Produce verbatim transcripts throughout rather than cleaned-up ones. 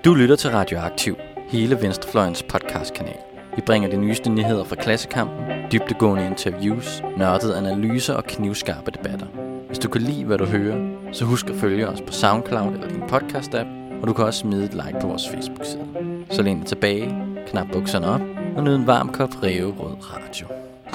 Du lytter til Radioaktiv, hele Venstrefløjens podcastkanal. Vi bringer de nyeste nyheder fra Klassekampen, dybdegående interviews, nørdede analyser og knivskarpe debatter. Hvis du kan lide, hvad du hører, så husk at følge os på SoundCloud eller din podcast-app, og du kan også smide et like på vores Facebook-side. Så læn dig tilbage, knap bukserne op og nyd en varm kop ræverød radio.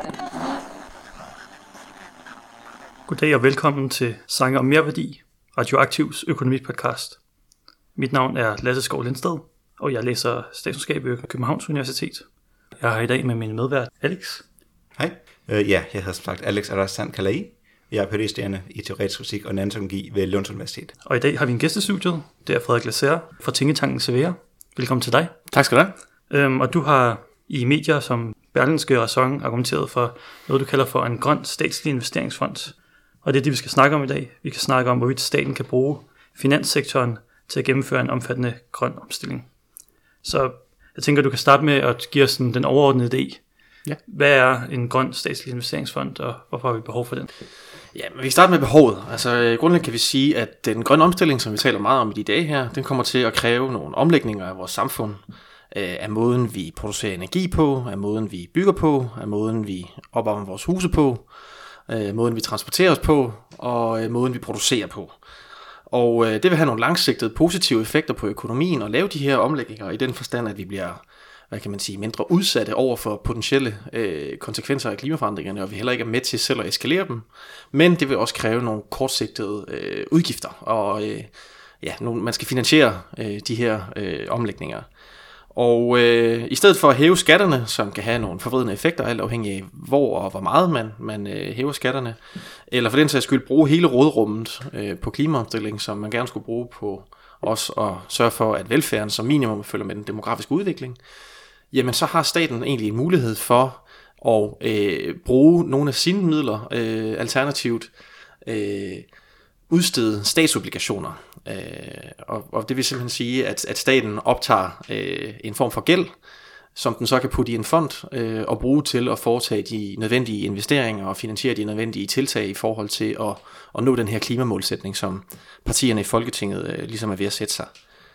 Goddag og velkommen til Sange om Merværdi, Radioaktivs økonomipodcast. Mit navn er Lasse Skov Lindsted, og jeg læser statskundskab ved Københavns Universitet. Jeg har i dag med min medvært Alex. Hej, uh, ja, jeg hedder som sagt Alex Arastan Kalai. Jeg er Ph.D.-studerende i teoretisk fysik og nanoteknologi ved Lunds Universitet. Og i dag har vi en gæstestudiet, det er Frederik Lasser fra Tænketanken Severa. Velkommen til dig. Tak skal du have. Øhm, og du har i medier som Berlingske og Ræson argumenteret for noget, du kalder for en grøn statslig investeringsfond. Og det er det, vi skal snakke om i dag. Vi kan snakke om, hvorvidt staten kan bruge finanssektoren til at gennemføre en omfattende grøn omstilling. Så jeg tænker, du kan starte med at give os den overordnede idé. Ja. Hvad er en grøn statslig investeringsfond, og hvorfor har vi behov for den? Ja, men vi kan starte med behovet. Altså grundlæggende kan vi sige, at den grønne omstilling, som vi taler meget om i de dage her, den kommer til at kræve nogle omlægninger af vores samfund, af måden vi producerer energi på, af måden vi bygger på, af måden vi opvarmer vores huse på, af måden vi transporterer os på, og af måden vi producerer på. Og det vil have nogle langsigtede positive effekter på økonomien og lave de her omlægninger i den forstand, at vi bliver, hvad kan man sige, mindre udsatte over for potentielle øh, konsekvenser af klimaforandringerne, og vi heller ikke er med til selv at eskalere dem. Men det vil også kræve nogle kortsigtede øh, udgifter, og øh, ja, nogle, man skal finansiere øh, de her øh, omlægninger. Og øh, i stedet for at hæve skatterne, som kan have nogle forvridende effekter, alt afhængig af hvor og hvor meget man, man øh, hæver skatterne, eller for den sags skyld bruge hele råderummet øh, på klimaomstilling, som man gerne skulle bruge på også at sørge for, at velfærden som minimum følger med den demografiske udvikling, jamen så har staten egentlig en mulighed for at øh, bruge nogle af sine midler øh, alternativt, øh, udstede statsobligationer, øh, og, og det vil simpelthen sige, at, at staten optager øh, en form for gæld, som den så kan putte i en fond øh, og bruge til at foretage de nødvendige investeringer og finansiere de nødvendige tiltag i forhold til at, at nå den her klimamålsætning, som partierne i Folketinget øh, ligesom er ved at sætte sig.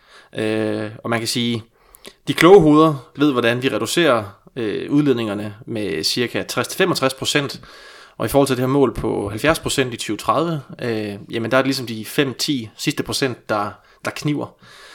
Øh, og man kan sige, de kloge hoveder ved, hvordan vi reducerer øh, udledningerne med cirka tres til femogtres procent, og i forhold til det her mål på halvfjerds procent i tyve tredive, øh, jamen der er det ligesom de fem til ti sidste procent, der, der kniver.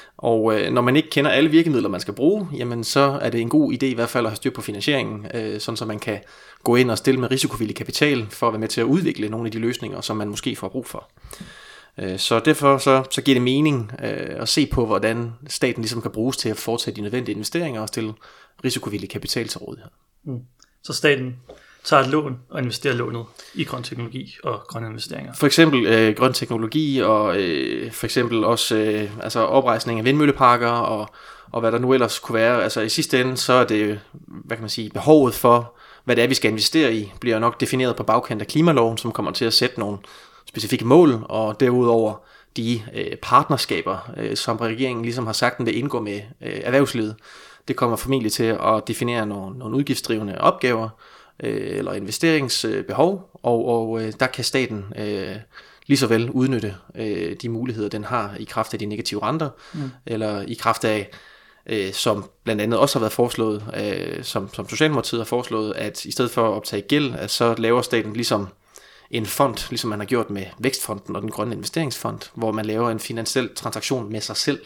Og øh, når man ikke kender alle virkemidler, man skal bruge, jamen så er det en god idé i hvert fald at have styr på finansieringen, øh, sådan så man kan gå ind og stille med risikovillig kapital for at være med til at udvikle nogle af de løsninger, som man måske får brug for. Øh, så derfor så, så giver det mening øh, at se på, hvordan staten ligesom kan bruges til at foretage de nødvendige investeringer og stille risikovillig kapital til rådighed. Mm. Så staten tager et lån og investerer lånet i grøn teknologi og grønne investeringer. For eksempel øh, grøn teknologi og øh, for eksempel også øh, altså oprejsning af vindmølleparker og, og hvad der nu ellers kunne være. Altså i sidste ende så er det, hvad kan man sige, behovet for, hvad det er, vi skal investere i, bliver nok defineret på bagkant af klimaloven, som kommer til at sætte nogle specifikke mål, og derudover de øh, partnerskaber, øh, som regeringen ligesom har sagt, den vil indgå med øh, erhvervslivet. Det kommer formentlig til at definere nogle, nogle udgiftsdrivende opgaver, eller investeringsbehov, og, og øh, der kan staten øh, lige så vel udnytte øh, de muligheder, den har i kraft af de negative renter, mm. eller i kraft af, øh, som blandt andet også har været foreslået, øh, som, som Socialdemokratiet har foreslået, at i stedet for at optage gæld, at så laver staten ligesom en fond, ligesom man har gjort med Vækstfonden og den grønne investeringsfond, hvor man laver en finansiel transaktion med sig selv,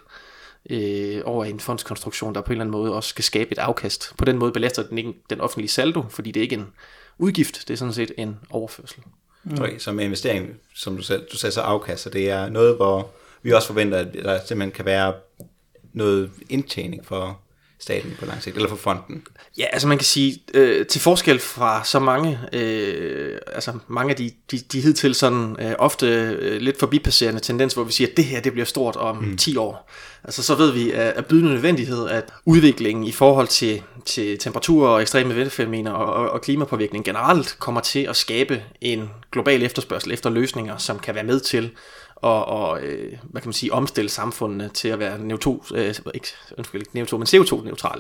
Øh, over en fondskonstruktion, der på en eller anden måde også skal skabe et afkast. På den måde belaster den ikke den offentlige saldo, fordi det er ikke en udgift, det er sådan set en overførsel. Mm. Okay, så med investering, som du selv du sagde, så afkast, så det er noget, hvor vi også forventer, at der simpelthen kan være noget indtjening for staten på lang sigt, eller for fonden. Ja, altså man kan sige, øh, til forskel fra så mange, øh, altså mange af de, de, de hidtil sådan øh, ofte øh, lidt forbipasserende tendens, hvor vi siger, at det her det bliver stort om mm. ti år. Altså så ved vi af, af bydende nødvendighed, at udviklingen i forhold til, til temperaturer og ekstreme vejrfænomener og, og, og klimapåvirkning generelt kommer til at skabe en global efterspørgsel efter løsninger, som kan være med til og, og øh, hvad kan man sige, omstille samfundene til at være neutro, øh, ikke, undskyld, ikke neutro, men C O to neutrale.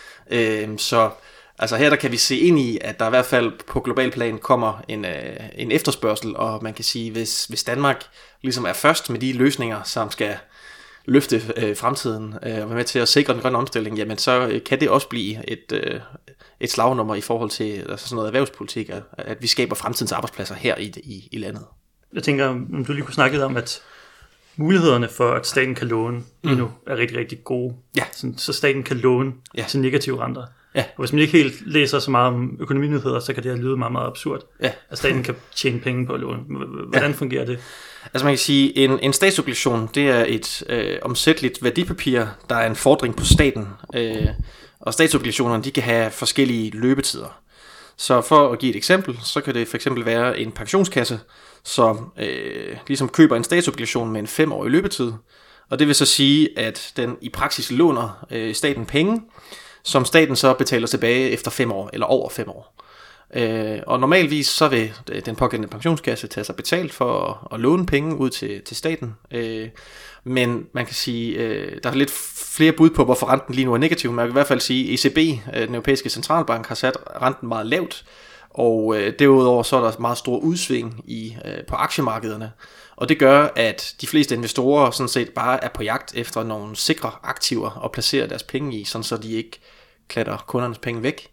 Øh, så altså her der kan vi se ind i, at der i hvert fald på global plan kommer en, øh, en efterspørgsel, og man kan sige, hvis, hvis Danmark ligesom er først med de løsninger, som skal løfte øh, fremtiden øh, og være med til at sikre den grønne omstilling, jamen så øh, kan det også blive et, øh, et slagnummer i forhold til altså sådan noget erhvervspolitik, at, at vi skaber fremtidens arbejdspladser her i, i, i landet. Jeg tænker, om du lige kunne snakke om, at mulighederne for, at staten kan låne mm. endnu er rigtig, rigtig gode. Ja. Så, så staten kan låne ja. til negative renter. Ja. Og hvis man ikke helt læser så meget om økonominyheder, så kan det her lyde meget, meget absurd, ja. at staten kan tjene penge på at låne. Hvordan ja. fungerer det? Altså man kan sige, en, en statsobligation, det er et øh, omsætteligt værdipapir, der er en fordring på staten. Øh, og statsobligationerne, de kan have forskellige løbetider. Så for at give et eksempel, så kan det for eksempel være en pensionskasse, som øh, ligesom køber en statsobligation med en femårig løbetid. Og det vil så sige, at den i praksis låner øh, staten penge, som staten så betaler tilbage efter fem år, eller over fem år. Øh, og normalvis så vil den pågældende pensionskasse tage sig betalt for at, at låne penge ud til, til staten. Øh, men man kan sige, øh, der er lidt flere bud på, hvorfor renten lige nu er negativ. Man kan i hvert fald sige, at E C B, øh, den europæiske centralbank, har sat renten meget lavt. Og øh, derudover så er der meget stor udsving i, øh, på aktiemarkederne. Og det gør, at de fleste investorer sådan set bare er på jagt efter nogle sikre aktiver og placerer deres penge i, sådan så de ikke klatter kundernes penge væk.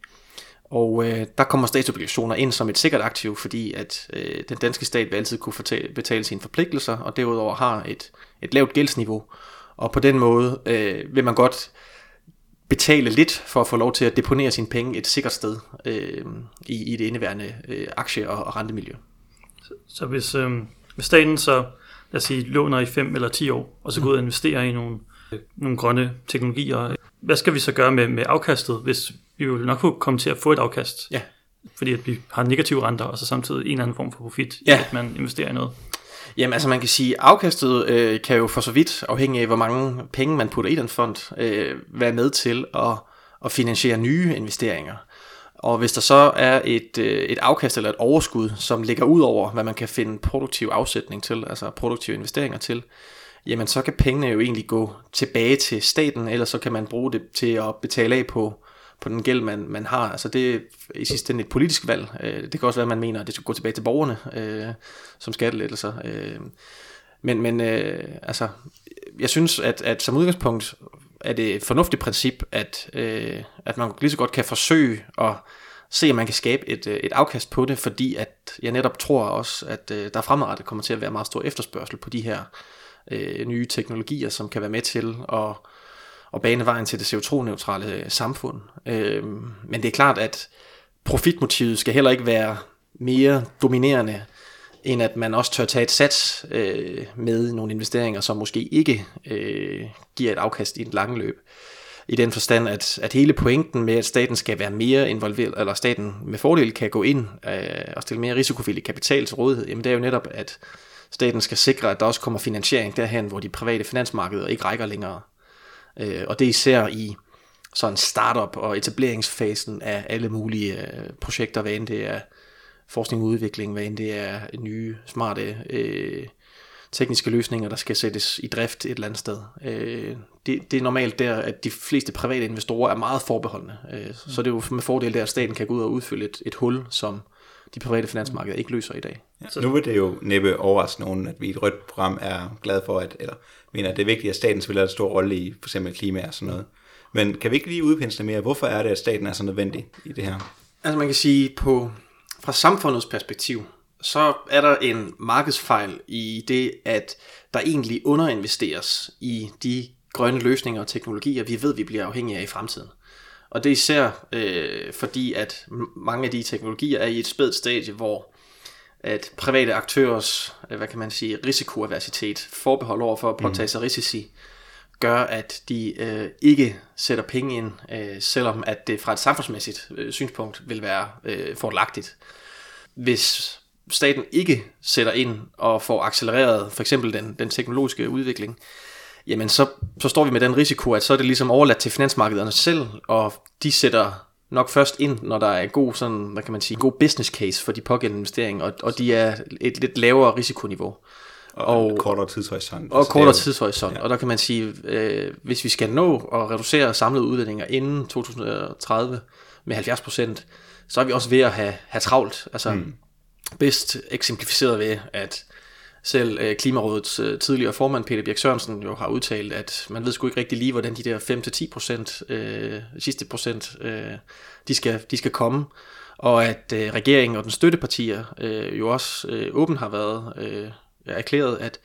Og øh, der kommer statsobligationer ind som et sikkert aktiv, fordi at øh, den danske stat vil altid kunne fortæ- betale sine forpligtelser, og derudover har et, et lavt gældsniveau. Og på den måde øh, vil man godt betale lidt for at få lov til at deponere sine penge et sikkert sted øh, i, i det indeværende øh, aktie- og, og rentemiljø. Så, så hvis, øh, hvis staten så, lad os sige, låner i fem eller ti år, og så går ud og investerer i nogle, øh, nogle grønne teknologier, hvad skal vi så gøre med, med afkastet, hvis vi vil nok kunne komme til at få et afkast? Ja. Fordi at vi har negative renter, og så samtidig en eller anden form for profit, ja. at man investerer i noget. Jamen altså man kan sige, at afkastet øh, kan jo for så vidt, afhængig af hvor mange penge man putter i den fond, øh, være med til at, at finansiere nye investeringer. Og hvis der så er et, øh, et afkast eller et overskud, som ligger ud over, hvad man kan finde produktiv afsætning til, altså produktive investeringer til, jamen så kan pengene jo egentlig gå tilbage til staten, eller så kan man bruge det til at betale af på, på den gæld, man, man har. Altså det er i sidste ende et politisk valg. Det kan også være, at man mener, at det skal gå tilbage til borgerne øh, som skattelettelser. Øh, men men øh, altså, jeg synes, at, at som udgangspunkt er det et fornuftigt princip, at, øh, at man lige så godt kan forsøge at se, om man kan skabe et, et afkast på det, fordi at jeg netop tror også, at øh, der fremadrettet kommer til at være meget stor efterspørgsel på de her øh, nye teknologier, som kan være med til at og bane vejen til det C O to neutrale samfund. Øh, men det er klart, at profitmotivet skal heller ikke være mere dominerende, end at man også tør tage et sats øh, med nogle investeringer, som måske ikke øh, giver et afkast i den lange løb. I den forstand, at, at hele pointen med, at staten skal være mere involveret, eller staten med fordel kan gå ind øh, og stille mere risikovillig kapital til rådighed, jamen det er jo netop, at staten skal sikre, at der også kommer finansiering derhen, hvor de private finansmarkeder ikke rækker længere. Og det er især i sådan startup og etableringsfasen af alle mulige projekter, hvad end det er forskning og udvikling, hvad end det er nye, smarte øh, tekniske løsninger, der skal sættes i drift et eller andet sted. Øh, det, det er normalt der, at de fleste private investorer er meget forbeholdne. Øh, så det er jo med fordel der, at staten kan gå ud og udfylde et, et hul, som de private finansmarkeder ikke løser i dag. Ja, nu vil det jo næppe overraske nogen, at vi i et rødt program er glade for, at, eller mener, at det er vigtigt, at staten spiller en stor rolle i for eksempel klima og sådan noget. Men kan vi ikke lige udpensle mere, hvorfor er det, at staten er så nødvendig i det her? Altså man kan sige, på fra samfundets perspektiv, så er der en markedsfejl i det, at der egentlig underinvesteres i de grønne løsninger og teknologier, vi ved, vi bliver afhængige af i fremtiden. Og det er især øh, fordi, at mange af de teknologier er i et spædt stadie, hvor at private aktørers, hvad kan man sige, risikoaversitet, forbehold over for at påtage sig risici, gør, at de øh, ikke sætter penge ind, øh, selvom at det fra et samfundsmæssigt øh, synspunkt vil være øh, fordelagtigt. Hvis staten ikke sætter ind og får accelereret for eksempel den, den teknologiske udvikling, jamen så, så står vi med den risiko, at så er det ligesom overladt til finansmarkederne selv, og de sætter nok først ind, når der er en god, sådan, hvad kan man sige, god business case for de pågældende investeringer, og, og de er et lidt lavere risikoniveau. Og, og kortere tidshorisont. Og altså, kortere tidshorisont. Ja. Og der kan man sige, øh, hvis vi skal nå at reducere samlede udledninger inden to tusind og tredive med halvfjerds procent, så er vi også ved at have, have travlt. Altså mm. bedst eksemplificeret ved, at Selv øh, Klimarådets øh, tidligere formand Peter Birch Sørensen jo har udtalt, at man ved sgu ikke rigtig lige, hvordan de der fem til ti procent, øh, sidste procent, øh, de, skal, de skal komme. Og at øh, regeringen og den støttepartier øh, jo også øh, åbent har været øh, erklæret, at,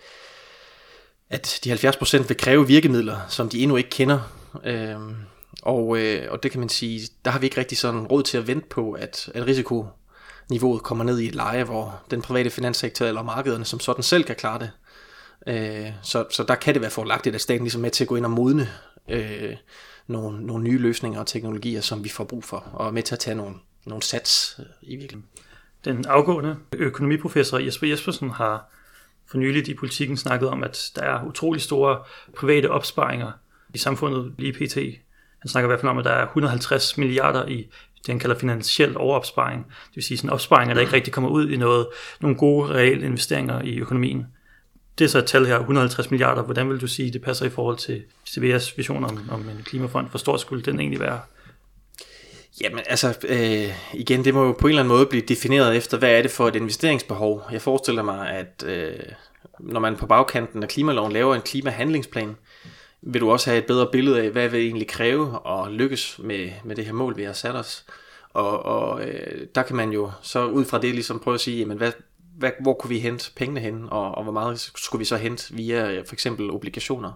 at de halvfjerds procent vil kræve virkemidler, som de endnu ikke kender. Øh, og, øh, og det kan man sige, der har vi ikke rigtig sådan råd til at vente på, at, at risiko niveauet kommer ned i et leje, hvor den private finanssektor eller markederne som sådan selv kan klare det. Øh, så, så der kan det være forlagtigt, at staten ligesom er med til at gå ind og modne øh, nogle, nogle nye løsninger og teknologier, som vi får brug for, og er med til at tage nogle, nogle sats øh, i virkeligheden. Den afgående økonomiprofessor Jesper Jespersen har for nyligt i Politikken snakket om, at der er utrolig store private opsparinger i samfundet lige pt. Han snakker i hvert fald om, at der er et hundrede og halvtreds milliarder i det, han kalder finansiel overopsparing. Det vil sige sådan opsparinger, der ikke rigtig kommer ud i noget, nogle gode reelle investeringer i økonomien. Det er så et tal her, et hundrede og halvtreds milliarder. Hvordan vil du sige, det passer i forhold til C B S vision om, om en klimafond? Hvor stor skulle den egentlig være? Jamen altså, øh, igen, det må jo på en eller anden måde blive defineret efter, hvad er det for et investeringsbehov. Jeg forestiller mig, at øh, når man på bagkanten af klimaloven laver en klimahandlingsplan, vil du også have et bedre billede af, hvad vil det egentlig kræve at lykkes med, med det her mål, vi har sat os. Og, og øh, der kan man jo så ud fra det ligesom prøve at sige, jamen, hvad, hvad, hvor kunne vi hente pengene hen, og, og hvor meget skulle vi så hente via for eksempel obligationer.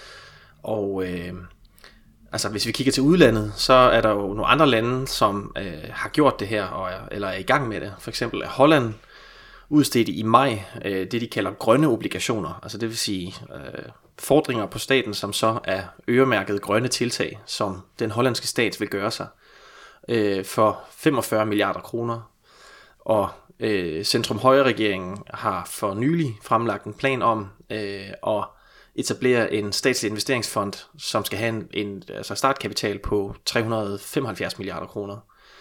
Og øh, altså hvis vi kigger til udlandet, så er der jo nogle andre lande, som øh, har gjort det her, og er, eller er i gang med det. For eksempel er Holland udstedte i maj øh, det, de kalder grønne obligationer. Altså det vil sige øh, fordringer på staten, som så er øremærket grønne tiltag, som den hollandske stat vil gøre sig øh, for femogfyrre milliarder kroner. Og øh, Centrum-Højre-regeringen har for nylig fremlagt en plan om øh, at etablere en statslig investeringsfond, som skal have en, en altså startkapital på tre hundrede og femoghalvfjerds milliarder kroner.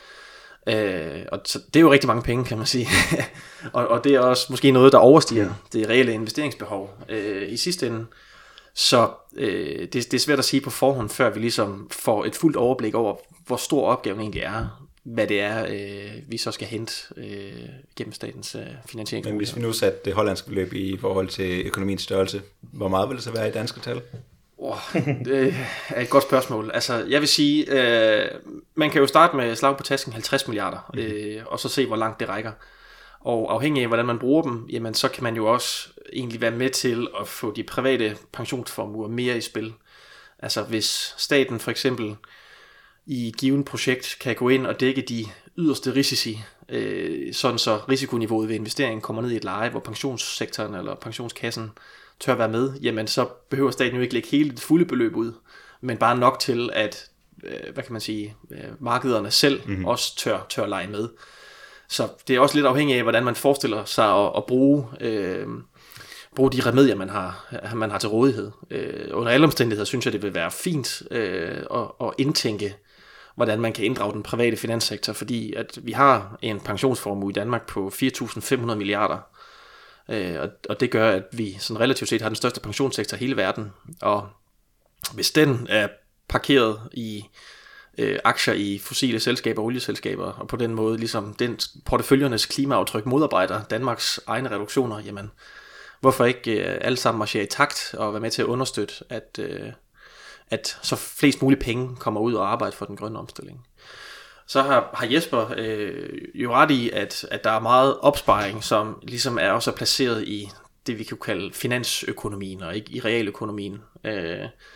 Øh, og så, det er jo rigtig mange penge, kan man sige. og, og det er også måske noget, der overstiger det reelle investeringsbehov øh, i sidste ende. Så øh, det, det er svært at sige på forhånd, før vi ligesom får et fuldt overblik over, hvor stor opgaven egentlig er, hvad det er, øh, vi så skal hente øh, gennem statens øh, finansiering. Men hvis vi nu satte det hollandske beløb i forhold til økonomiens størrelse, hvor meget vil det så være i danske tal? Oh, det er et godt spørgsmål. Altså, jeg vil sige, øh, man kan jo starte med slag på tasken halvtreds milliarder, øh, og så se, hvor langt det rækker. Og afhængig af, hvordan man bruger dem, jamen, så kan man jo også egentlig være med til at få de private pensionsformuer mere i spil. Altså, hvis staten for eksempel i et givet projekt kan gå ind og dække de yderste risici, øh, sådan så risikoniveauet ved investeringen kommer ned i et leje, hvor pensionssektoren eller pensionskassen tør være med, jamen så behøver staten jo ikke lægge hele det fulde beløb ud, men bare nok til, at øh, hvad kan man sige, øh, markederne selv mm-hmm. også tør, tør lege med. Så det er også lidt afhængigt af, hvordan man forestiller sig at, at bruge, øh, bruge de remedier, man har, man har til rådighed. Øh, under alle omstændigheder synes jeg, det vil være fint øh, at, at indtænke, hvordan man kan inddrage den private finanssektor, fordi at vi har en pensionsformue i Danmark på fire tusind fem hundrede milliarder, øh, og, og det gør, at vi sådan relativt set har den største pensionssektor i hele verden, og hvis den er parkeret i øh, aktier i fossile selskaber, olieselskaber, og på den måde ligesom den porteføljernes klimaaftryk modarbejder Danmarks egne reduktioner, jamen hvorfor ikke øh, alle sammen marchere i takt og være med til at understøtte, at øh, at så flest mulige penge kommer ud og arbejder for den grønne omstilling. Så har, har Jesper øh, jo ret i, at, at der er meget opsparing, som ligesom er også placeret i det, vi kan kalde finansøkonomien, og ikke i realøkonomien. Øh,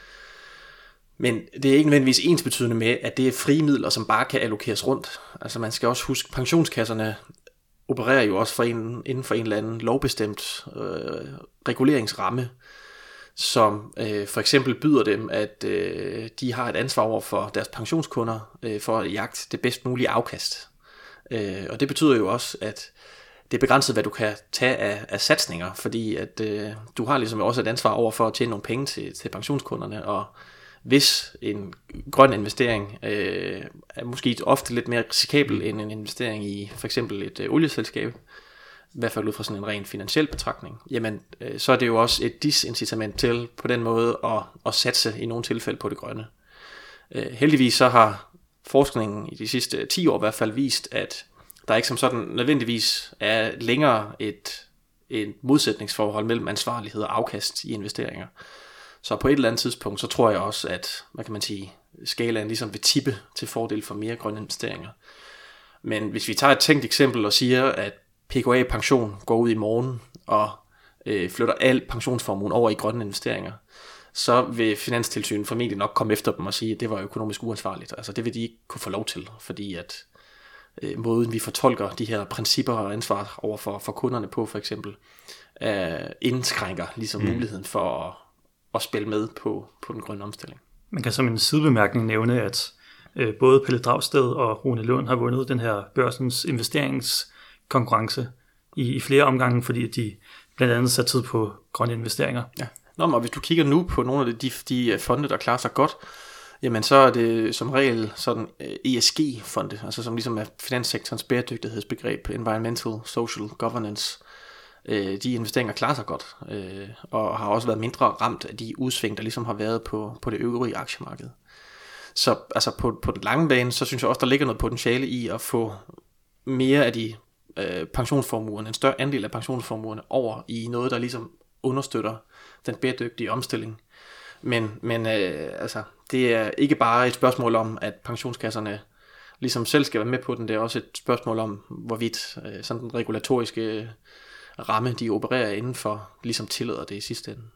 men det er ikke nødvendigvis ensbetydende med, at det er frie midler, som bare kan allokeres rundt. Altså man skal også huske, pensionskasserne opererer jo også for en, inden for en eller anden lovbestemt øh, reguleringsramme, som øh, for eksempel byder dem, at øh, de har et ansvar over for deres pensionskunder øh, for at jagte det bedst mulige afkast. Øh, og det betyder jo også, at det er begrænset, hvad du kan tage af, af satsninger, fordi at øh, du har ligesom også et ansvar over for at tjene nogle penge til, til pensionskunderne, og hvis en grøn investering øh, er måske ofte lidt mere risikabel end en investering i for eksempel et øh, olieselskab, i hvert fald ud fra sådan en ren finansiel betragtning, jamen øh, så er det jo også et disincitament til på den måde at, at satse i nogle tilfælde på det grønne. Øh, heldigvis så har forskningen i de sidste ti år i hvert fald vist, at der ikke som sådan nødvendigvis er længere et, et modsætningsforhold mellem ansvarlighed og afkast i investeringer. Så på et eller andet tidspunkt, så tror jeg også, at, hvad kan man sige, skalaen ligesom vil tippe til fordel for mere grønne investeringer. Men hvis vi tager et tænkt eksempel og siger, at P K A Pension går ud i morgen og øh, flytter al pensionsformuen over i grønne investeringer, så vil Finanstilsynet formentlig nok komme efter dem og sige, at det var økonomisk uansvarligt. Altså det vil de ikke kunne få lov til, fordi at øh, måden vi fortolker de her principper og ansvar over for, for kunderne på for eksempel, øh, indskrænker ligesom mm. muligheden for at, at spille med på, på den grønne omstilling. Man kan som en sidebemærkning nævne, at øh, både Pelle Dragsted og Rune Lund har vundet den her børsens investeringskonkurrence i, i flere omgange, fordi de blandt andet sat tid på grønne investeringer. Ja. Nå, men hvis du kigger nu på nogle af de, de fonde, der klarer sig godt, jamen så er det som regel sådan E S G-fonde, altså som ligesom er finanssektorens bæredygtighedsbegreb, environmental, social, governance. De investeringer klarer sig godt, og har også været mindre ramt af de udsving, der ligesom har været på, på det øvrige aktiemarked. Så altså på, på den lange bane, så synes jeg også, der ligger noget potentiale i at få mere af de øh, pensionsformuerne, en større andel af pensionsformuerne over i noget, der ligesom understøtter den bæredygtige omstilling. Men, men øh, altså, det er ikke bare et spørgsmål om, at pensionskasserne ligesom selv skal være med på den, det er også et spørgsmål om, hvorvidt øh, sådan den regulatoriske ramme, de opererer indenfor, ligesom tillader det i sidste ende.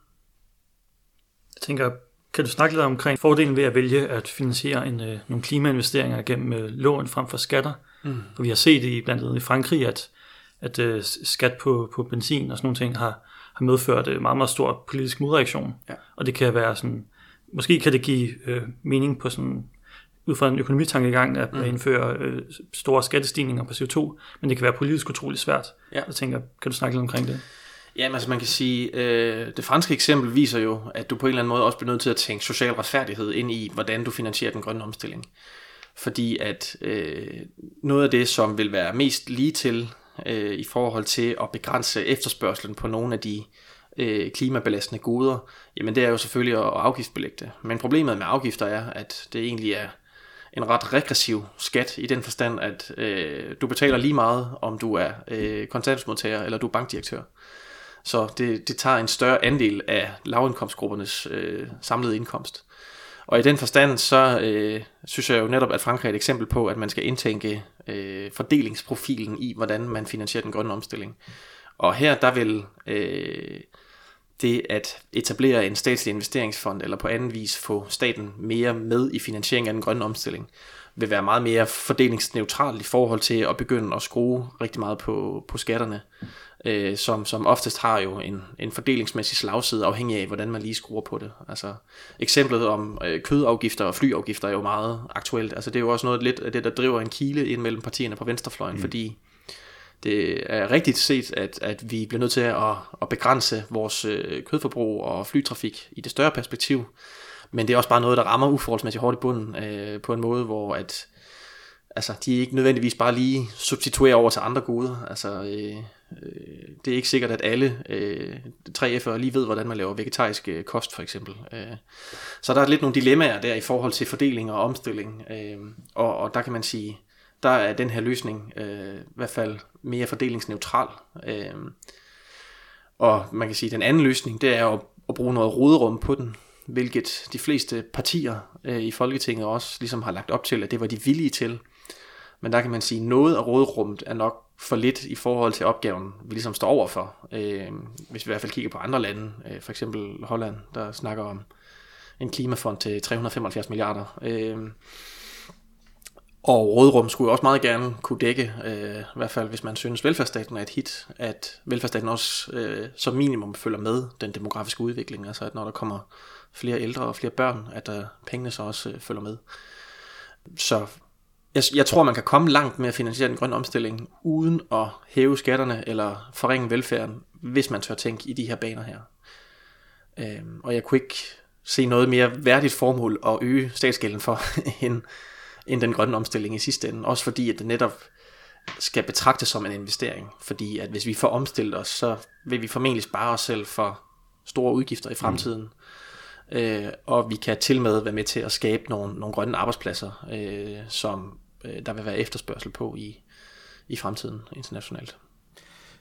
Jeg tænker, kan du snakke lidt omkring fordelen ved at vælge at finansiere en, øh, nogle klimainvesteringer gennem øh, lån frem for skatter? Mm. For vi har set i blandt andet i Frankrig, at, at øh, skat på, på benzin og sådan nogle ting har, har medført øh, meget, meget stor politisk modreaktion. Ja. Og det kan være sådan, måske kan det give øh, mening på sådan, ud fra en økonomitankegang at mm. indføre øh, store skattestigninger på C O to, men det kan være politisk utroligt svært. Ja. Jeg tænker, kan du snakke lidt omkring det? Jamen altså man kan sige, øh, det franske eksempel viser jo, at du på en eller anden måde også bliver nødt til at tænke social retfærdighed ind i, hvordan du finansierer den grønne omstilling. Fordi at øh, noget af det, som vil være mest lige til øh, i forhold til at begrænse efterspørgselen på nogle af de øh, klimabelastende goder, jamen det er jo selvfølgelig at, at afgiftsbelægge det. Men problemet med afgifter er, at det egentlig er en ret regressiv skat i den forstand, at øh, du betaler lige meget, om du er øh, kontanthjælpsmodtager eller du er bankdirektør. Så det, det tager en større andel af lavindkomstgruppernes øh, samlede indkomst. Og i den forstand, så øh, synes jeg jo netop, at Frankrig er et eksempel på, at man skal indtænke øh, fordelingsprofilen i, hvordan man finansierer den grønne omstilling. Og her, der vil øh, det at etablere en statslig investeringsfond, eller på anden vis få staten mere med i finansieringen af den grønne omstilling, vil være meget mere fordelingsneutralt i forhold til at begynde at skrue rigtig meget på, på skatterne, øh, som, som oftest har jo en, en fordelingsmæssig slagside afhængig af, hvordan man lige skruer på det. Altså eksemplet om øh, kødafgifter og flyafgifter er jo meget aktuelt. Altså det er jo også noget lidt af det, der driver en kile ind mellem partierne på venstrefløjen, mm. fordi det er rigtigt set, at, at vi bliver nødt til at, at begrænse vores øh, kødforbrug og flytrafik i det større perspektiv. Men det er også bare noget, der rammer uforholdsmæssigt hårdt i bunden øh, på en måde, hvor at, altså, de ikke nødvendigvis bare lige substituerer over til andre goder. Altså, øh, øh, det er ikke sikkert, at alle øh, tre F'ere lige ved, hvordan man laver vegetarisk øh, kost, for eksempel. Øh, så der er lidt nogle dilemmaer der i forhold til fordeling og omstilling. Øh, og, og der kan man sige, der er den her løsning øh, i hvert fald mere fordelingsneutral. Øh, og man kan sige, at den anden løsning, det er at, at bruge noget råderum på den, hvilket de fleste partier øh, i Folketinget også ligesom har lagt op til, at det var de villige til. Men der kan man sige, at noget af råderummet er nok for lidt i forhold til opgaven, vi ligesom står overfor. Øh, hvis vi i hvert fald kigger på andre lande, øh, for eksempel Holland, der snakker om en klimafond til tre hundrede og femoghalvfjerds milliarder. Øh, og råderum skulle jo også meget gerne kunne dække, øh, i hvert fald hvis man synes velfærdsstaten er et hit, at velfærdsstaten også øh, som minimum følger med den demografiske udvikling, altså at når der kommer flere ældre og flere børn, at der, pengene så også øh, følger med. Så jeg, jeg tror, man kan komme langt med at finansiere den grønne omstilling, uden at hæve skatterne eller forringe velfærden, hvis man tør tænke i de her baner her. Øh, og jeg kunne ikke se noget mere værdigt formål at øge statsgælden for, end end den grønne omstilling i sidste ende. Også fordi, at det netop skal betragtes som en investering. Fordi at hvis vi får omstillet os, så vil vi formentlig spare os selv for store udgifter i fremtiden. Mm. Øh, og vi kan til med være med til at skabe nogle, nogle grønne arbejdspladser, øh, som øh, der vil være efterspørgsel på i, i fremtiden internationalt.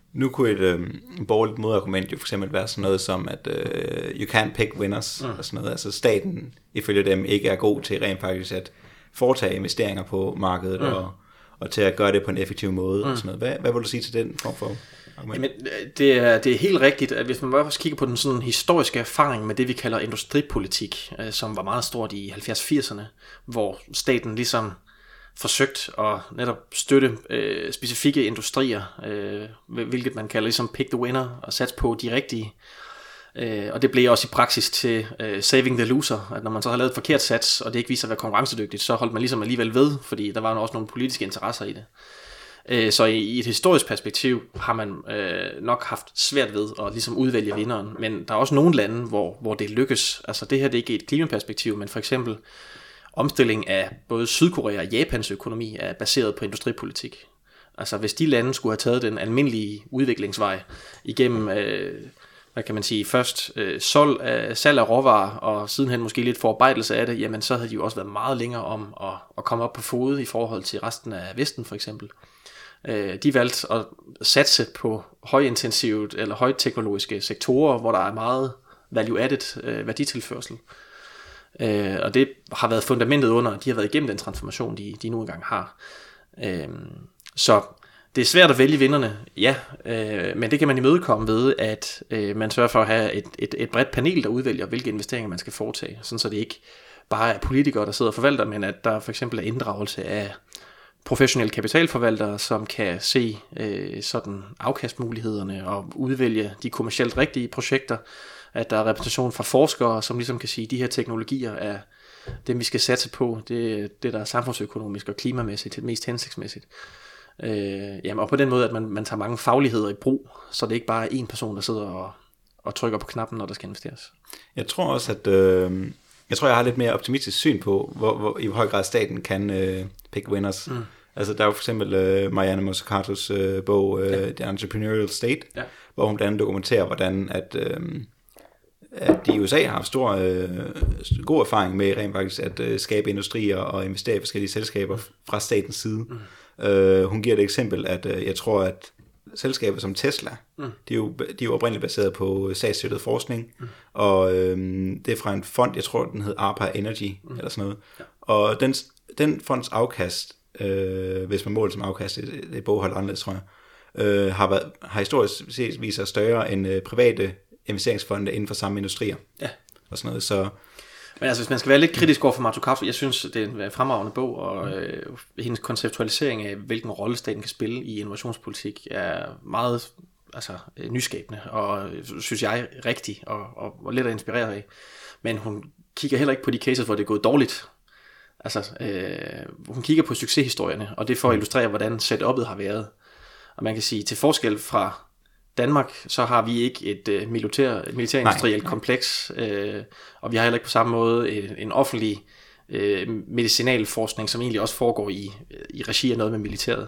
Nu kunne et øh, borgerligt modargument jo for eksempel være sådan noget som, at øh, you can't pick winners, mm. og sådan noget. Altså staten, ifølge dem, ikke er god til rent faktisk at foretage investeringer på markedet, mm. og, og til at gøre det på en effektiv måde, mm. og sådan noget. Hvad, hvad vil du sige til den form for argument? Jamen, det, er, det er helt rigtigt, at hvis man bare kigger på den sådan historiske erfaring med det, vi kalder industripolitik, øh, som var meget stort i halvfjerds firserne, hvor staten ligesom forsøgt at netop støtte øh, specifikke industrier, øh, hvilket man kalder ligesom pick the winner, og satse på de rigtige. Øh, og det blev også i praksis til øh, saving the loser, at når man så har lavet et forkert sats, og det ikke viser at være konkurrencedygtigt, så holdt man ligesom alligevel ved, fordi der var også nogle politiske interesser i det. Øh, så i, i et historisk perspektiv har man øh, nok haft svært ved at ligesom udvælge vinderen, men der er også nogle lande, hvor, hvor det lykkes. Altså det her det er ikke et klimaperspektiv, men for eksempel omstilling af både Sydkorea og Japans økonomi er baseret på industripolitik. Altså hvis de lande skulle have taget den almindelige udviklingsvej igennem, øh, hvad kan man sige, først øh, solg af, salg af råvarer, og sidenhen måske lidt forarbejdelse af det, jamen så havde de jo også været meget længere om at, at komme op på fod i forhold til resten af Vesten for eksempel. Øh, de valgte at satse på højintensivt eller højteknologiske sektorer, hvor der er meget value-added øh, værditilførsel. Øh, og det har været fundamentet under, at de har været igennem den transformation, de, de nu engang har. Øh, så det er svært at vælge vinderne, ja, øh, men det kan man imødekomme ved, at øh, man sørger for at have et, et, et bredt panel, der udvælger, hvilke investeringer man skal foretage, sådan så det ikke bare er politikere, der sidder og forvalter, men at der for eksempel er inddragelse af professionelle kapitalforvaltere, som kan se øh, sådan afkastmulighederne og udvælge de kommercielt rigtige projekter, at der er repræsentation fra forskere, som ligesom kan sige, at de her teknologier er dem, vi skal satse på, det, det der er samfundsøkonomisk og klimamæssigt det mest hensigtsmæssigt. Øh, jamen, og på den måde, at man, man tager mange fagligheder i brug, så det ikke bare er én person, der sidder og, og trykker på knappen, når der skal investeres. Jeg tror også, at øh, jeg tror, jeg har lidt mere optimistisk syn på, hvor, hvor i hvor høj grad staten kan øh, pick winners. Mm. Altså, der er jo for eksempel øh, Mariana Mazzucatos øh, bog, øh, ja. The Entrepreneurial State, ja. Hvor hun blandt andet dokumenterer, hvordan at, øh, at de i U S A har haft stor, øh, god erfaring med rent faktisk at øh, skabe industrier og investere i forskellige selskaber fra statens side. Mm. Øh, hun giver et eksempel, at øh, jeg tror, at selskaber som Tesla, mm. de, er jo, de er jo oprindeligt baseret på statsstøttet forskning, mm. og øh, det er fra en fond, jeg tror, den hed ARPA Energy, mm. eller sådan noget. Ja. Og den, den fonds afkast, øh, hvis man måler som afkast, det, det er bogholdt anderledes, tror jeg, øh, har, været, har historisk set vist sig større end øh, private investeringsfonde inden for samme industrier. Ja. Og sådan noget, så... Men altså, hvis man skal være lidt kritisk over for Mazzucato, jeg synes, det er en fremragende bog, og øh, hendes konceptualisering af, hvilken rolle staten kan spille i innovationspolitik, er meget altså, nyskabende, og synes jeg rigtig, og, og, og lidt at inspirere af. Men hun kigger heller ikke på de cases, hvor det er gået dårligt. Altså, øh, hun kigger på succeshistorierne, og det for at illustrere, hvordan setup'et har været. Og man kan sige, til forskel fra Danmark, så har vi ikke et uh, militær, militærindustrielt kompleks, øh, og vi har heller ikke på samme måde en, en offentlig øh, medicinalforskning, som egentlig også foregår i, i regi af noget med militæret.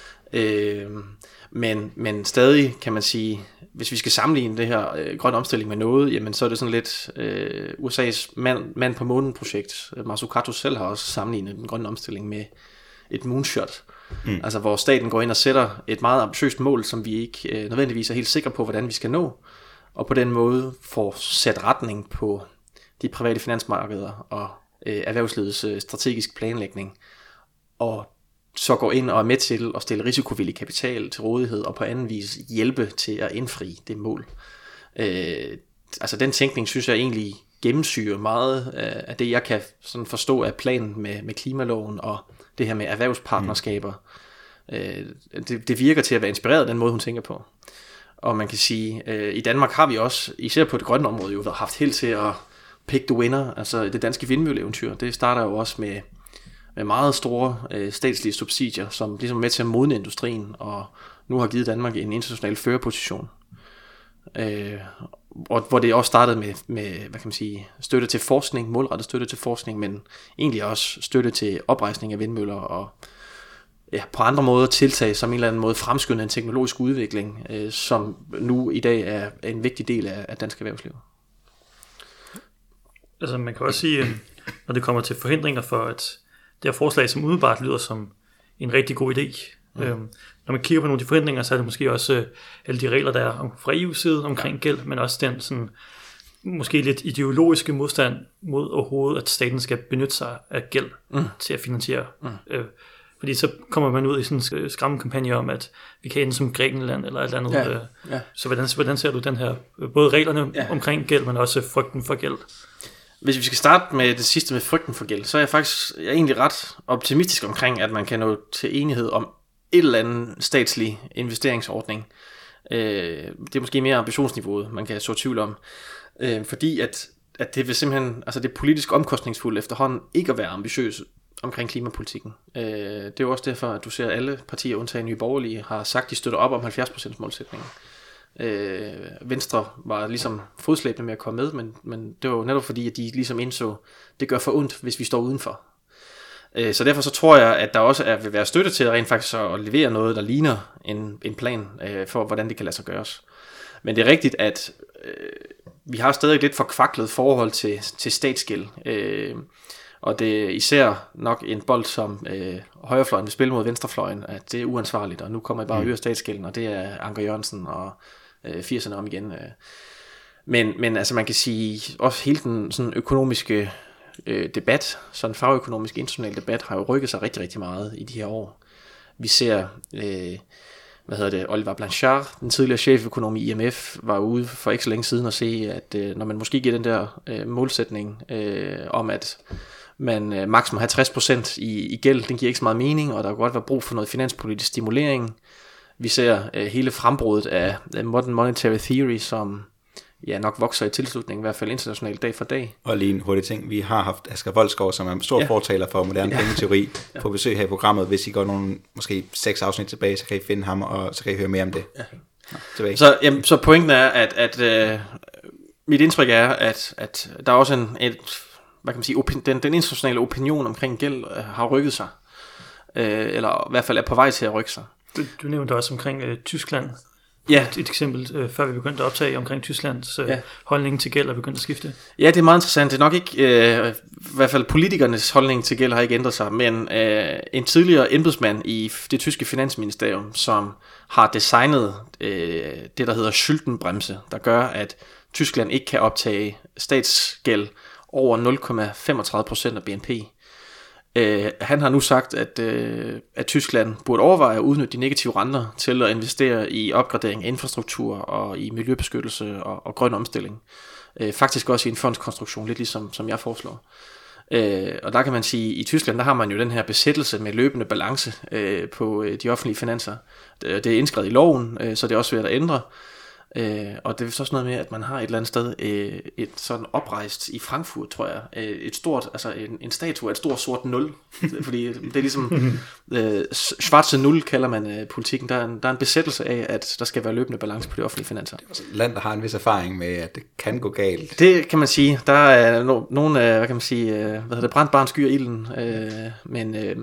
Øh, men, men stadig kan man sige, hvis vi skal sammenligne det her øh, grøn omstilling med noget, jamen så er det sådan lidt øh, U S A's mand, mand på månen projekt. Mazzucato selv har også sammenlignet den grønne omstilling med et moonshot. Mm. Altså hvor staten går ind og sætter et meget ambitiøst mål, som vi ikke øh, nødvendigvis er helt sikre på, hvordan vi skal nå, og på den måde får sat retning på de private finansmarkeder og øh, erhvervslivets øh, strategisk planlægning, og så går ind og er med til at stille risikovillig kapital til rådighed, og på anden vis hjælpe til at indfri det mål. Øh, altså den tænkning, synes jeg egentlig gennemsyrer meget af det, jeg kan sådan forstå af planen med, med klimaloven og det her med erhvervspartnerskaber. Mm. Øh, det, det virker til at være inspireret af den måde, hun tænker på. Og man kan sige, øh, i Danmark har vi også, især på det grønne område, jo haft held til at pick the winner. Altså det danske vindmølleeventyr, det starter jo også med, med meget store øh, statslige subsidier, som ligesom er med til at modne industrien, og nu har givet Danmark en international førerposition. Øh, og hvor det også startede med, med hvad kan man sige, støtte til forskning, målrettet støtte til forskning, men egentlig også støtte til oprejsning af vindmøller og ja, på andre måder tiltag, som en eller anden måde fremskynde en teknologisk udvikling, øh, som nu i dag er, er en vigtig del af, af dansk erhvervsliv. Altså man kan også sige, når det kommer til forhindringer for, at det her forslag, som umiddelbart lyder som en rigtig god idé, Mm. Øhm, når man kigger på nogle af de forhindringer, så er det måske også øh, alle de regler, der er om, fra E U's side omkring gæld, men også den sådan, måske lidt ideologiske modstand mod overhovedet, at staten skal benytte sig af gæld mm. til at finansiere. Mm. Øh, fordi så kommer man ud i sådan en skræmmekampagne om, at vi kan ende som Grækenland eller et eller andet. Ja. Øh. Ja. Så hvordan, hvordan ser du den her, både reglerne ja. omkring gæld, men også frygten for gæld? Hvis vi skal starte med det sidste med frygten for gæld, så er jeg faktisk jeg er egentlig ret optimistisk omkring, at man kan nå til enighed om et eller andet statslig investeringsordning. Øh, det er måske mere ambitionsniveauet, man kan så tvivl om. Øh, fordi at, at det vil simpelthen, altså det er politisk omkostningsfuldt efterhånden ikke at være ambitiøs omkring klimapolitikken. Øh, det er jo også derfor, at du ser, at alle partier, undtagen Nye Borgerlige, har sagt, at de støtter op om halvfjerds procent målsætningen. Øh, Venstre var ligesom fodslæbende med at komme med, men, men det var jo netop fordi, at de ligesom indså, det gør for ondt, hvis vi står udenfor. Øh, så derfor så tror jeg, at der også er, vil være støtte til at rent faktisk at levere noget, der ligner en, en plan øh, for, hvordan det kan lade sig gøres. Men det er rigtigt, at øh, vi har stadig lidt forkvaklet forhold til, til statsgæld. Øh, og det er især nok en bold, som øh, højrefløjen vil spille mod venstrefløjen, at det er uansvarligt, og nu kommer I bare og øger statsgælden, og det er Anker Jørgensen og øh, firserne om igen. Øh. Men, men altså man kan sige, også hele den sådan økonomiske øh, debat, sådan en fagøkonomisk international debat, har jo rykket sig rigtig, rigtig meget i de her år. Vi ser, øh, hvad hedder det, Oliver Blanchard, den tidligere cheføkonom i I M F, var ude for ikke så længe siden og se, at øh, når man måske giver den der øh, målsætning øh, om, at man øh, maks må have tres procent i, i gæld, den giver ikke så meget mening, og der kan godt være brug for noget finanspolitisk stimulering. Vi ser øh, hele frembruddet af, af Modern Monetary Theory, som ja, nok vokser i tilslutning, i hvert fald internationalt dag for dag. Og lige en hurtig ting, vi har haft Asger Voldsgaard, som er en stor ja. fortaler for moderne ja. pengeteori, ja. på besøg her i programmet. Hvis I går nogle, måske seks afsnit tilbage, så kan I finde ham, og så kan I høre mere om det. Ja. Nå, så, jamen, så pointen er, at, at øh, mit indtryk er, at, at der er også en, et, hvad kan man sige, opin, den, den internationale opinion omkring gæld øh, har rykket sig, øh, eller i hvert fald er på vej til at rykke sig. Du, du nævnte også omkring øh, Tyskland. Ja. Et, et eksempel, øh, før vi begyndte at optage omkring Tysklands øh, ja. holdning til gæld er begyndt at skifte. Ja, det er meget interessant. Det er nok ikke, øh, i hvert fald politikernes holdning til gæld har ikke ændret sig, men øh, en tidligere embedsmand i det tyske finansministerium, som har designet øh, det, der hedder Schuldenbremse, der gør, at Tyskland ikke kan optage statsgæld over nul komma femogtredive procent af B N P. Uh, han har nu sagt, at, uh, at Tyskland burde overveje at udnytte de negative renter til at investere i opgradering af infrastruktur og i miljøbeskyttelse og, og grøn omstilling. Uh, faktisk også i en fondskonstruktion, lidt ligesom som jeg foreslår. Uh, og der kan man sige, at i Tyskland der har man jo den her besættelse med løbende balance uh, på uh, de offentlige finanser. Det er indskrevet i loven, uh, så det er også svært at ændre. Øh, og det er så også noget med, at man har et eller andet sted øh, et sådan oprejst i Frankfurt, tror jeg, øh, et stort, altså en, en statue af et stort sort nul, fordi det er ligesom øh, schwarze nul kalder man øh, politikken. Der er, en, der er en besættelse af, at der skal være løbende balance på de offentlige finanser. Det er et land, der har en vis erfaring med, at det kan gå galt. Det kan man sige. Der er no, nogle, øh, hvad kan man sige, øh, hvad hedder det, brændt barn skyer ilden, øh, men øh,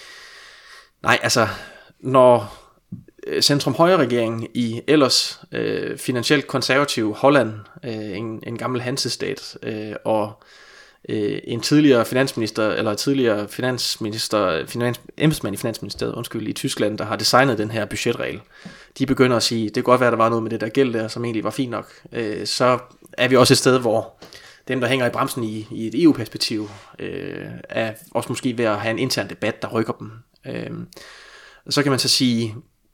nej, altså, når centrum-højre-regeringen i ellers øh, finansielt konservativ Holland, øh, en, en gammel Hansestat, øh, og øh, en tidligere finansminister, eller tidligere finansminister, finans, embedsmand i Finansministeriet, undskyld, i Tyskland, der har designet den her budgetregel. De begynder at sige, det kan godt være, der var noget med det der gæld der, som egentlig var fint nok. Øh, så er vi også et sted, hvor dem, der hænger i bremsen i, i et E U-perspektiv, øh, er også måske ved at have en intern debat, der rykker dem. Øh, så kan man så sige,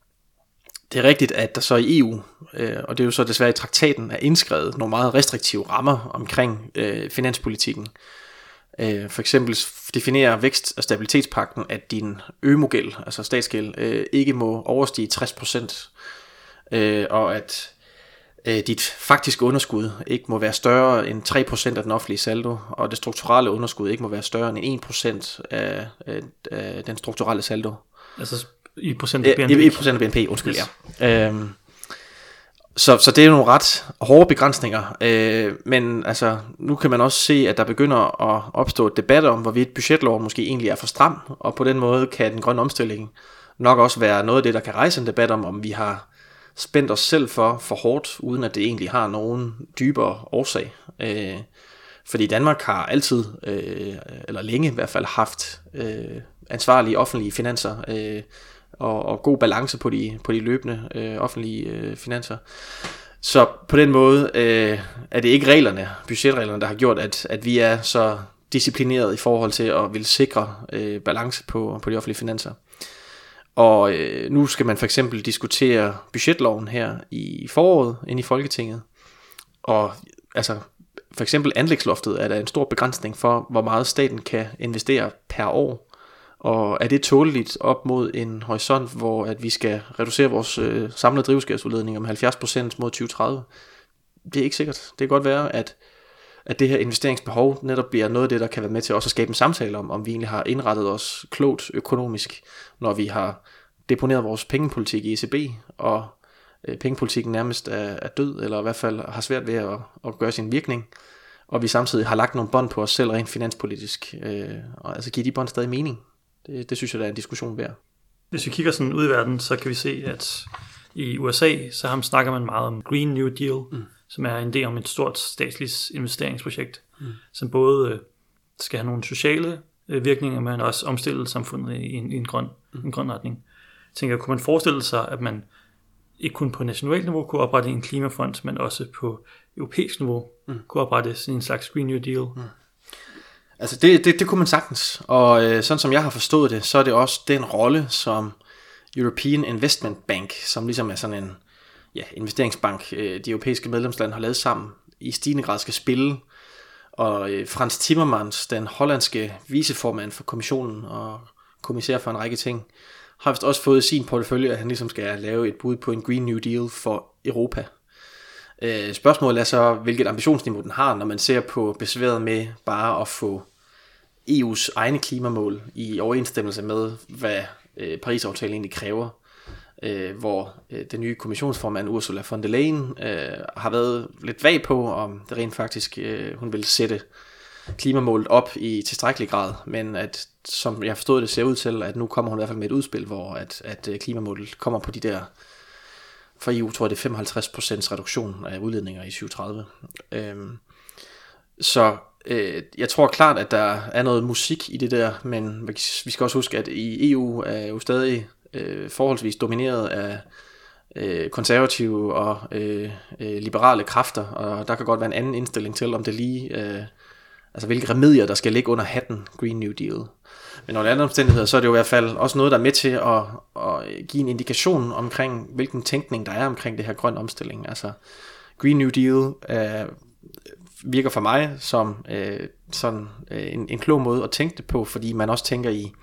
det er rigtigt, at der så i E U, øh, og det er jo så desværre i traktaten, er indskrevet nogle meget restriktive rammer omkring øh, finanspolitikken. Øh, for eksempel definerer vækst- og stabilitetspagten, at din ømogæld, altså statsgæld, øh, ikke må overstige tres procent, øh, og at øh, dit faktiske underskud ikke må være større end tre procent af den offentlige saldo, og det strukturelle underskud ikke må være større end en procent af, af, af den strukturelle saldo. Altså i procent af B N P. I, i procent af B N P, undskyld, yes. ja. Øhm, så, så det er nogle ret hårde begrænsninger, øh, men altså, nu kan man også se, at der begynder at opstå et debat om, hvorvidt budgetloven måske egentlig er for stram, og på den måde kan den grønne omstilling nok også være noget af det, der kan rejse en debat om, om vi har spændt os selv for for hårdt, uden at det egentlig har nogen dybere årsag. Øh, fordi Danmark har altid, øh, eller længe i hvert fald, haft øh, ansvarlige offentlige finanser, øh, og, og god balance på de, på de løbende øh, offentlige øh, finanser. Så på den måde øh, er det ikke reglerne, budgetreglerne, der har gjort, at, at vi er så disciplineret i forhold til at ville sikre øh, balance på, på de offentlige finanser. Og øh, nu skal man for eksempel diskutere budgetloven her i foråret inde i Folketinget. Og altså for eksempel anlægsloftet er der en stor begrænsning for, hvor meget staten kan investere per år. Og er det tåleligt op mod en horisont, hvor at vi skal reducere vores øh, samlede drivhusgasudledning med halvfjerds procent mod tyve tredive? Det er ikke sikkert. Det kan godt være, at at det her investeringsbehov netop bliver noget af det, der kan være med til også at skabe en samtale om, om vi egentlig har indrettet os klogt økonomisk, når vi har deponeret vores pengepolitik i E C B, og øh, pengepolitikken nærmest er, er død, eller i hvert fald har svært ved at, at gøre sin virkning, og vi samtidig har lagt nogle bånd på os selv rent finanspolitisk, øh, og altså giver de bånd stadig mening? Det, det synes jeg, der er en diskussion værd. Hvis vi kigger sådan ud i verden, så kan vi se, at i U S A, så har, snakker man meget om Green New Deal, mm. som er en del om et stort statsligt investeringsprojekt, mm. som både øh, skal have nogle sociale øh, virkninger, men også omstille samfundet i en, i en, grøn, mm. en grøn retning. Jeg tænker, kunne man forestille sig, at man ikke kun på nationalt niveau kunne oprette en klimafond, men også på europæisk niveau mm. kunne oprette sådan en slags Green New Deal? Mm. Altså det, det, det kunne man sagtens, og øh, sådan som jeg har forstået det, så er det også den rolle, som European Investment Bank, som ligesom er sådan en ja, investeringsbank, øh, de europæiske medlemslande har lavet sammen, i stigende grad skal spille. Og øh, Frans Timmermans, den hollandske viceformand for kommissionen og kommissær for en række ting, har vist også fået sin portefølje, at han ligesom skal lave et bud på en Green New Deal for Europa. Øh, spørgsmålet er så, hvilket ambitionsniveau den har, når man ser på besværet med bare at få E U's egne klimamål i overensstemmelse med, hvad øh, Paris-aftalen egentlig kræver. Øh, hvor øh, den nye kommissionsformand Ursula von der Leyen øh, har været lidt vag på, om det rent faktisk øh, hun vil sætte klimamålet op i tilstrækkelig grad, men at, som jeg forstod det, ser ud til, at nu kommer hun i hvert fald med et udspil, hvor at, at klimamålet kommer på de der, for E U tror jeg det er femoghalvtreds procent reduktion af udledninger i tyve tredive. Øhm, så øh, jeg tror klart, at der er noget musik i det der, men vi skal også huske, at i E U er jo stadig øh, forholdsvis domineret af øh, konservative og øh, øh, liberale kræfter, og der kan godt være en anden indstilling til, om det lige, øh, altså hvilke remedier, der skal ligge under hatten Green New Deal. Men under andre omstændigheder, så er det jo i hvert fald også noget, der er med til at, at give en indikation omkring, hvilken tænkning der er omkring det her grøn omstilling. Altså Green New Deal øh, virker for mig som øh, sådan øh, en, en klog måde at tænke det på, fordi man også tænker i,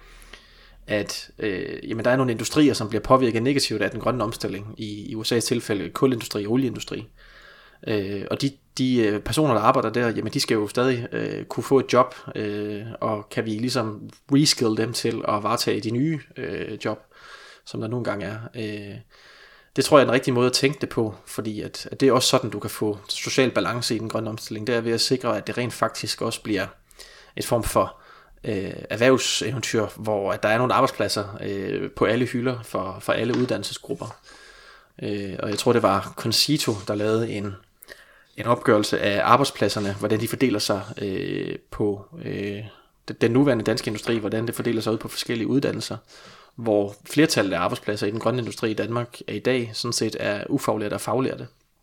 at øh, jamen, der er nogle industrier, som bliver påvirket negativt af den grønne omstilling. I, i U S A's tilfælde kulindustri og olieindustri. Øh, og de, de personer, der arbejder der, jamen, de skal jo stadig øh, kunne få et job, øh, og kan vi ligesom reskill dem til at varetage de nye øh, job, som der nogle gange er. Øh, det tror jeg er den rigtige måde at tænke det på, fordi at, at det er også sådan, du kan få social balance i den grønne omstilling. Det er ved at sikre, at det rent faktisk også bliver et form for Øh, erhvervseventyr, hvor at der er nogle arbejdspladser øh, på alle hylder for, for alle uddannelsesgrupper. Øh, og jeg tror det var Concito, der lavede en, en opgørelse af arbejdspladserne, hvordan de fordeler sig øh, på øh, den nuværende danske industri, hvordan det fordeler sig ud på forskellige uddannelser, hvor flertallet af arbejdspladser i den grønne industri i Danmark er i dag sådan set er ufaglærte og faglærte.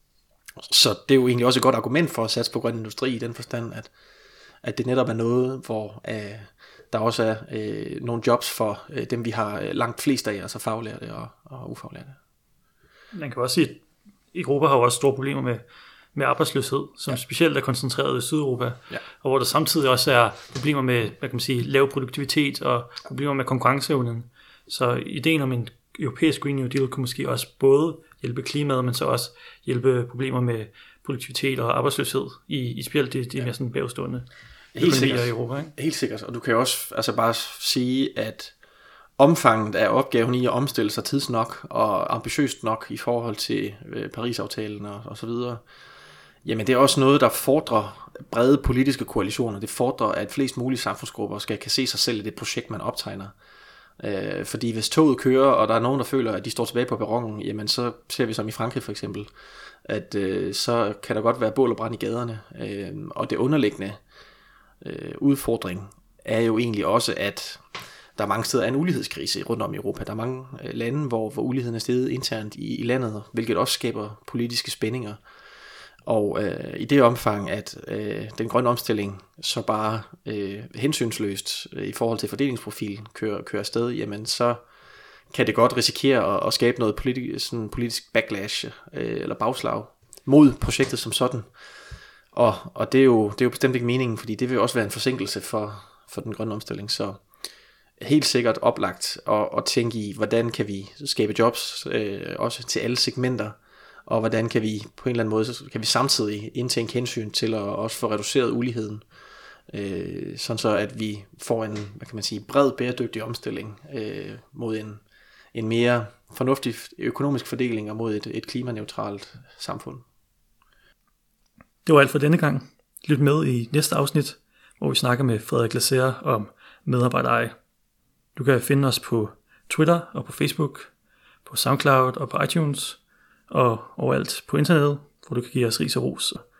Så det er jo egentlig også et godt argument for at satse på grøn industri i den forstand, at at det netop er noget, hvor øh, der også er øh, nogle jobs for øh, dem, vi har langt flest af, altså faglærte og, og ufaglærte. Man kan også sige, at Europa har jo også store problemer med, med arbejdsløshed, som ja. specielt er koncentreret i Sydeuropa, ja. og hvor der samtidig også er problemer med, hvad kan man sige, lav produktivitet og problemer med konkurrenceevnen. Så ideen om en europæisk Green New Deal kunne måske også både hjælpe klimaet, men så også hjælpe problemer med produktivitet og arbejdsløshed i, i specielt de, de ja. mere sådan bagstående økonomier i Europa. Ikke? Helt sikkert, og du kan jo også altså bare sige, at omfanget af opgaven i at omstille sig tidsnok og ambitiøst nok i forhold til øh, Paris-aftalen og, og så videre, jamen det er også noget, der fordrer brede politiske koalitioner. Det fordrer, at flest mulige samfundsgrupper skal kan se sig selv i det projekt, man optegner. Øh, fordi hvis toget kører, og der er nogen, der føler, at de står tilbage på perronen, jamen så ser vi som i Frankrig for eksempel, at øh, så kan der godt være bål og brand i gaderne. Øh, og det underliggende øh, udfordring er jo egentlig også, at der mange steder er en ulighedskrise rundt om i Europa. Der er mange øh, lande, hvor, hvor uligheden er steget internt i, i landet, hvilket også skaber politiske spændinger. Og øh, i det omfang, at øh, den grønne omstilling så bare øh, hensynsløst øh, i forhold til fordelingsprofilen kører, kører afsted, jamen så kan det godt risikere at, at skabe noget politi- sådan politisk backlash øh, eller bagslag mod projektet som sådan. Og, og det, er jo, det er jo bestemt ikke meningen, fordi det vil også være en forsinkelse for, for den grønne omstilling. Så helt sikkert oplagt at, at tænke i, hvordan kan vi skabe jobs øh, også til alle segmenter, og hvordan kan vi på en eller anden måde, så kan vi samtidig indtænke hensyn til at også få reduceret uligheden, øh, sådan så at vi får en, hvad kan man sige, bred bæredygtig omstilling øh, mod en, en mere fornuftig økonomisk fordeling og mod et, et klimaneutralt samfund. Det var alt for denne gang. Lyt med i næste afsnit, hvor vi snakker med Frederik Glaser om medarbejdereje. Du kan finde os på Twitter og på Facebook, på SoundCloud og på iTunes, og overalt på internettet, hvor du kan give os ris og ros